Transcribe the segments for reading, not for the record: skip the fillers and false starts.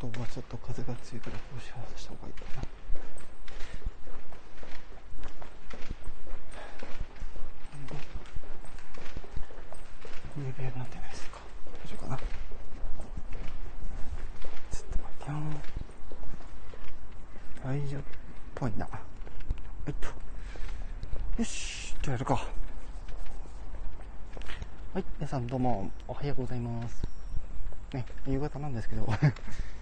外はちょっと風が強いから帽子外した方がいいかな。指になってないですか。どうしようかな。ちょっと待ってよ。大丈夫っぽいな。よし、じゃあやるか。はい、皆さんどうもおはようございますね。夕方なんですけどね、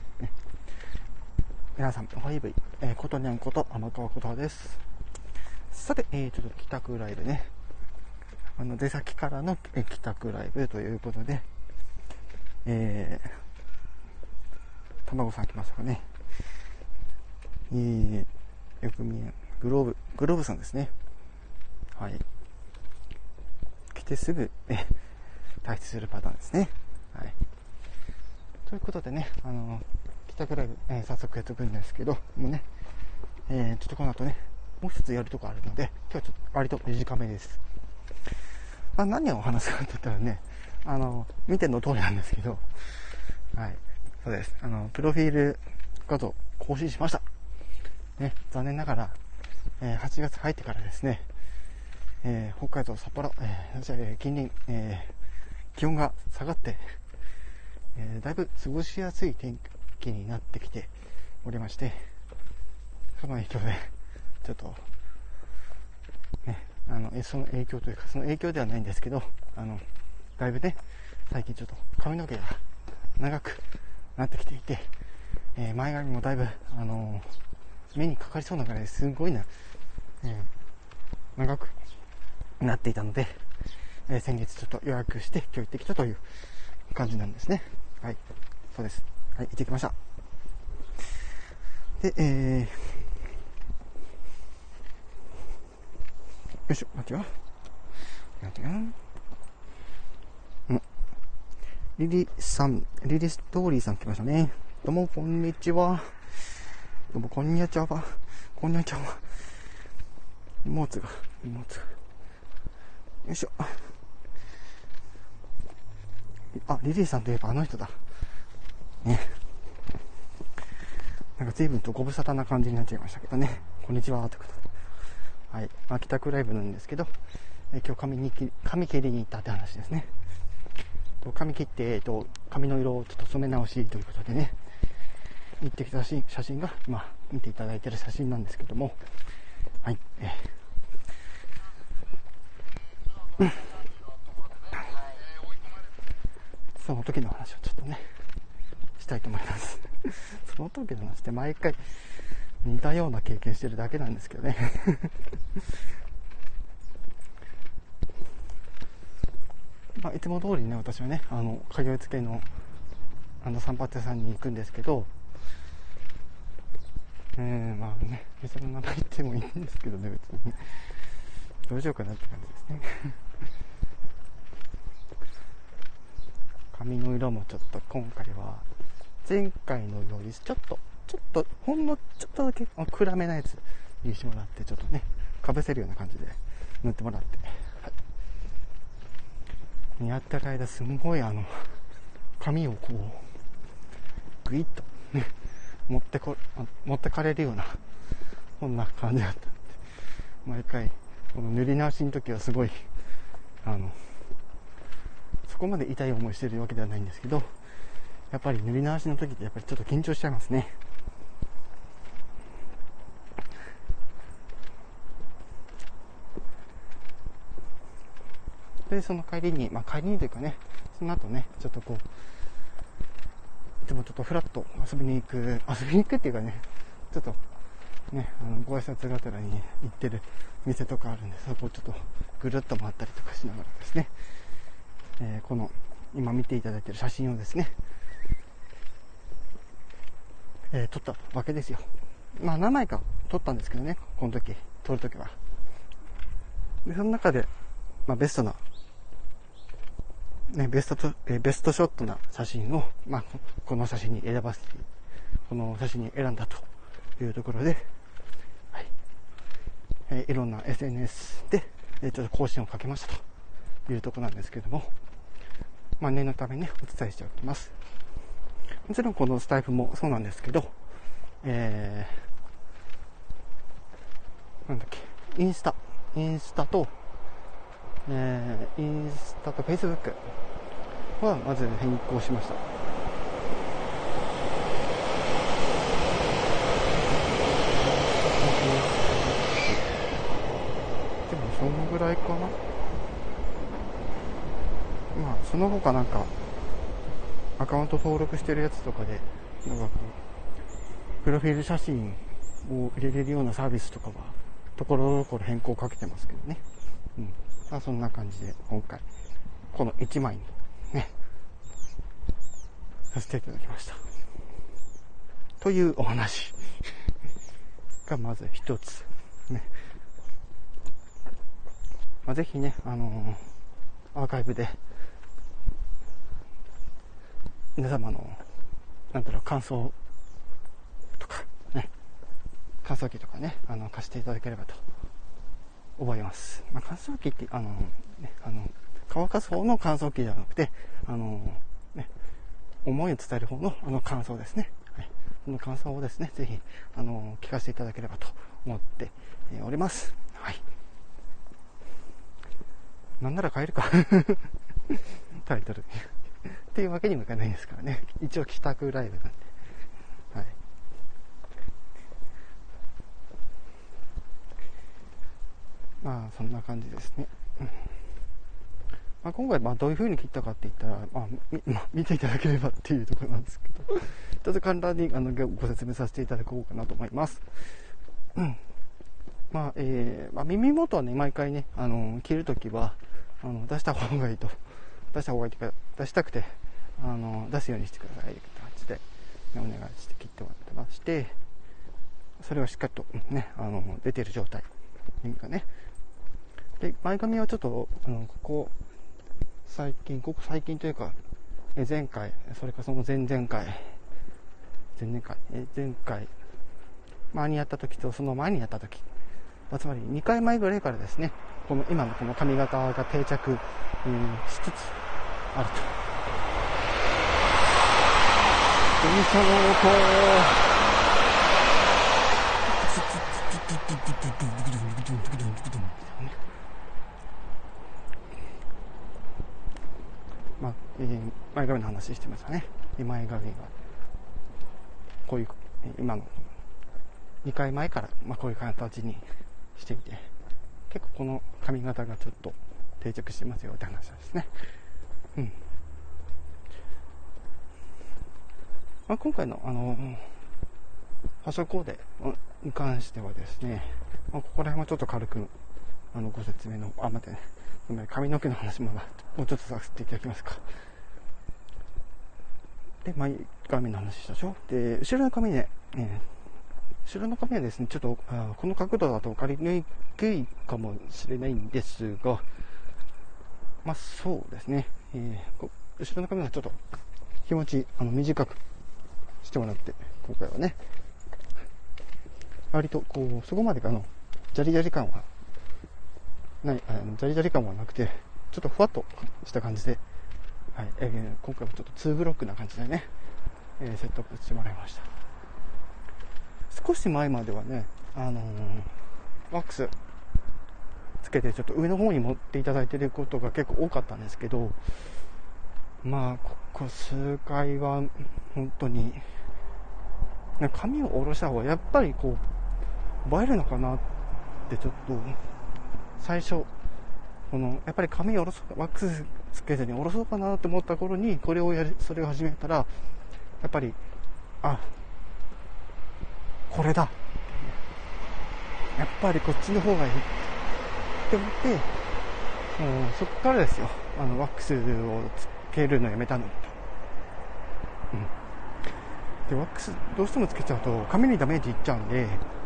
皆さんおはよう、ことにゃんこと天川ことです。さて、ちょっと帰宅ライブね、出先からの帰宅ライブということで、卵さん来ましたかね。よく見えグローブさんですね。はい、来てすぐ退出するパターンですね。はい、ということでね、帰宅ライブ、早速やっていくんですけどもうね、ちょっとこの後ねもう一つやるとこあるので、今日はちょっと割と短めです。何を話すかって言ったらね、見ての通りなんですけど、はい、そうです。プロフィール画像更新しましたね。残念ながら、8月入ってからですね、北海道札幌、近隣、気温が下がって、だいぶ過ごしやすい天気になってきておりまして、その影響でちょっとね、その影響というか、その影響ではないんですけど、だいぶね最近ちょっと髪の毛が長くなってきていて、前髪もだいぶ目にかかりそうなぐらいすごいな、長くなっていたので、先月ちょっと予約して今日行ってきたという感じなんですね。はい、そうです。はい、行ってきました。で、よいしょ、待ってよ。リリストーリーさん来ましたね。どうもこんにちは。どうもこんにちは。荷物が。よいしょ。リリーさんといえばあの人だ。ね。なんか随分とご無沙汰な感じになっちゃいましたけどね。こんにちはということで。はい。帰宅ライブなんですけど、今日髪切りに行ったって話ですね。髪切って、髪の色をちょっと染め直しということでね、行ってきた写真が今見ていただいている写真なんですけども、はい。その時の話をちょっとねしたいと思いますその時の話って毎回似たような経験してるだけなんですけどねいつも通りね、私はね通いつけの散髪屋さんに行くんですけど、店の名前言ってもいいんですけどね、別にどうしようかなって感じですね髪の色もちょっと今回は前回のよりちょっとほんのちょっとだけ暗めなやつにしてもらって、ちょっとねかぶせるような感じで塗ってもらって、はい、やってる間すんごい髪をこうグイッとね持ってかれるようなこんな感じだったんで、毎回この塗り直しの時はすごいそこまで痛い思いしてるわけではないんですけど、やっぱり塗り直しの時ってやっぱりちょっと緊張しちゃいますね。でその帰りにというかね、その後ねちょっとこういつもちょっとフラッと遊びに行くっていうかね、ちょっとねご挨拶がてらに行ってる店とかあるんで、そこをちょっとぐるっと回ったりとかしながらですね、この今見ていただいている写真をですね、撮ったわけですよ。何枚か撮ったんですけどね、この時撮る時は。でその中で、ベストな、ベストショットな写真を、この写真に選んだというところで、はい、いろんな SNS でちょっと更新をかけましたというところなんですけども、念のためねお伝えしておきます。 もちろんこのスタイフもそうなんですけど、なんだっけ、インスタと、インスタとフェイスブックはまず変更しました。でもそのぐらいかな。まあその他なんかアカウント登録してるやつとかでなんかこうプロフィール写真を入れれるようなサービスとかはところどころ変更かけてますけどね。まあそんな感じで今回この1枚にねさせていただきましたというお話がまず一つね。まあ、ぜひねアーカイブで皆様の感想とかね、感想機とかね貸していただければと思います。まあ、乾燥機って乾かす方の乾燥機ではなくて思いを伝える方の乾燥ですね。はい、この乾燥をですねぜひ聞かせていただければと思っております。はい。なんなら変えるかタイトルっていうわけにもいかないですからね。一応帰宅ライブなんで、はい。まあそんな感じですね。まあ、今回どういう風に切ったかって言ったら、見ていただければっていうところなんですけど、ちょっと簡単にご説明させていただこうかなと思います。耳元はね毎回ね切るときは出した方がいいというか出したくて出すようにしてくださいという形で、お願いして切ってもらってまして、それをしっかりとね出ている状態耳がね。で前髪はちょっとここ最近というか前回それからその前々回前にやった時とその前にやった時、つまり2回前ぐらいからですね今のこの髪型が定着、しつつあると。電車の前髪の話してましたね。前髪がこういう今の2回前からこういう形にしてみて、結構この髪型がちょっと定着してますよって話ですね。今回のファッションコーデに関してはですね、ここら辺はちょっと軽くご説明の待ってね、髪の毛の話もうちょっとさせていただきますか。で前髪の話したでしょ。で後ろの髪ね、後ろの髪はですねちょっとこの角度だと分かりにくいかもしれないんですが、そうですね、後ろの髪はちょっと気持ち短くしてもらって、今回はね割とそこまでジャリジャリ感はない、ジャリジャリ感はなくてちょっとふわっとした感じで、はい、今回はちょっと2ブロックな感じでね、セットアップしてもらいました。少し前まではねワックスつけてちょっと上の方に持っていただいていることが結構多かったんですけど、ここ数回は本当に髪を下ろした方がやっぱり映えるのかなってちょっと最初やっぱり髪を下ろすワックスつけずに下ろそうかなと思った頃にそれを始めたらやっぱりこれだ、やっぱりこっちの方がいいって思って、そこからですよワックスをつけるのやめたのと。でワックスどうしてもつけちゃうと髪にダメージいっちゃうんで、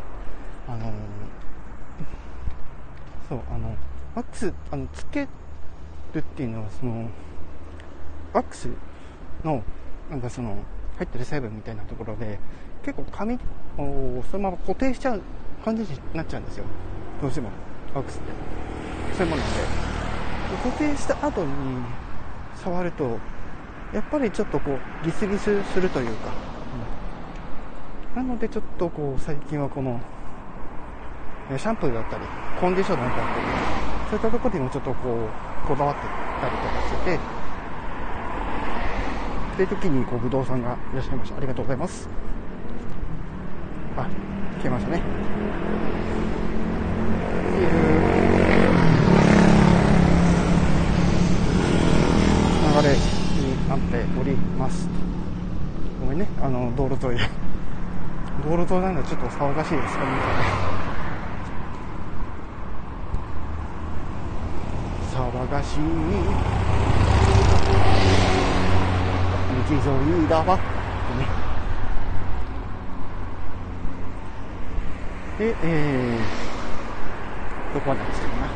ワックスつけるっていうのはワックスの入ってる成分みたいなところで結構髪をそのまま固定しちゃう感じになっちゃうんですよ。どうしてもワックスってそういうものなんで、固定した後に触るとやっぱりちょっとこうギスギスするというか、なのでちょっとこう最近はこのシャンプーだったりコンディショナーだったり、そういったところにもちょっとこうこだわってたりとかしてて、で時にこうぶどうさんがいらっしゃいました。ありがとうございます。あ、消えましたね。流れになっております。ごめんね、道路沿いで道路沿いなんでちょっと騒がしいですかね。騒がしい道沿いだわってね。で、どこまで走ったかな。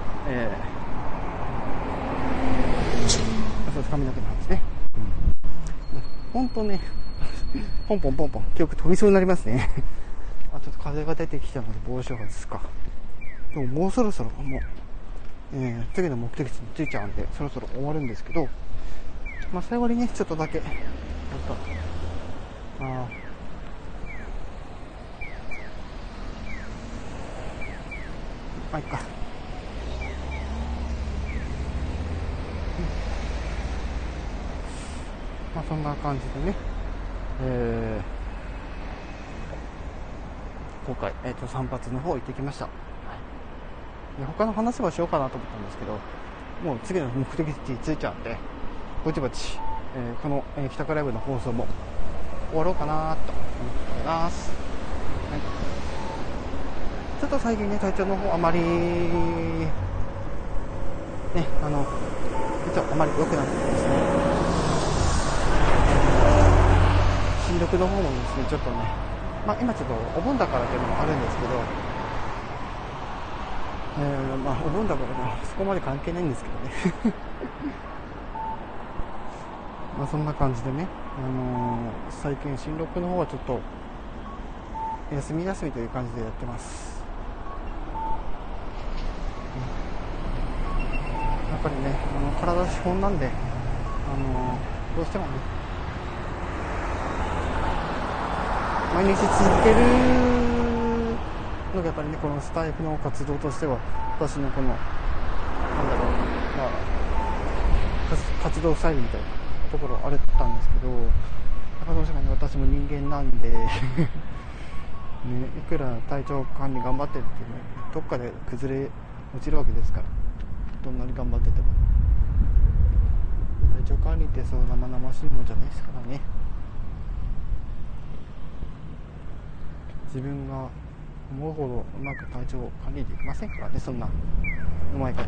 そう髪の毛の話ね。ほんとね、ポンポンポンポン、記憶飛びそうになりますね。あ、ちょっと風が出てきたので帽子を外すか。でももうそろそろもう、次の目的地に着いちゃうんで、そろそろ終わるんですけど、まあ最後にね、ちょっとだけ、いっか。まあそんな感じでね、今回、散髪の方行ってきました。他の話はしようかなと思ったんですけど、もう次の目的地に着いちゃうんで、ぼちぼち、この、北川ライブの放送も終わろうかなと思っております。はい、ちょっと最近ね、体調の方あまりね、実はあまり良くなってですね、新緑の方もですね、ちょっとね、まあ今ちょっとお盆だからっていうのもあるんですけど、まあお盆だからね、そこまで関係ないんですけどね。まあそんな感じでね、最近新緑の方はちょっと休み休みという感じでやってます。やっぱりね、体資本なんで、どうしてもね、毎日続けるのがやっぱりね、このスタイフの活動としては、私のこの、活動スタイルみたいなところあったんですけど、やっぱどうしてもね、私も人間なんで、ね、いくら体調管理頑張ってるってね、どっかで崩れ落ちるわけですから、どんなに頑張ってても体調管理ってそう生々しいものじゃないですからね。自分が思うほどうまく体調管理できませんからね、そんなうまいこと。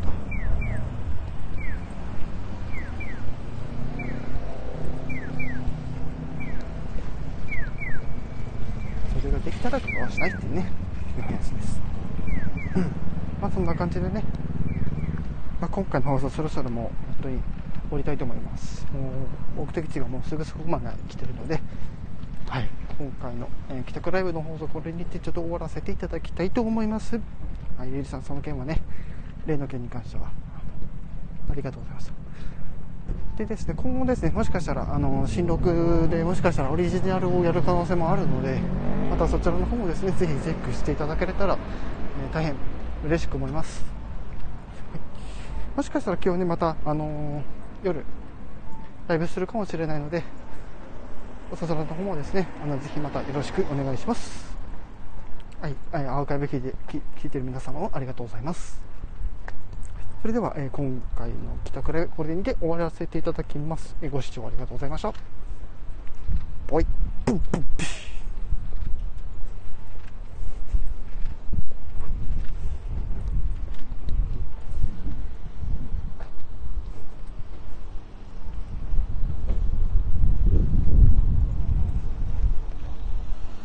それができたら怪我しないっていうね、いう話です。まあそんな感じでね、まあ、今回の放送そろそろもう本当に終わりたいと思います。もう目的地がもうすぐそこまで来てるので、はい、今回の、北区ライブの放送これにてちょっと終わらせていただきたいと思います。はい、リリさんその件はね、例の件に関してはありがとうございました。でですね、今後ですね、もしかしたら新録でもしかしたらオリジナルをやる可能性もあるので、またそちらの方もですね、ぜひチェックしていただけたら、大変嬉しく思います。もしかしたら今日ね、また、夜ライブするかもしれないので、そちらの方もですね、ぜひまたよろしくお願いします。はい、アーカイブ聞いている皆様もありがとうございます。それでは、今回の北区ライブこれにて終わらせていただきます。ご視聴ありがとうございました。ボイプンプンピュ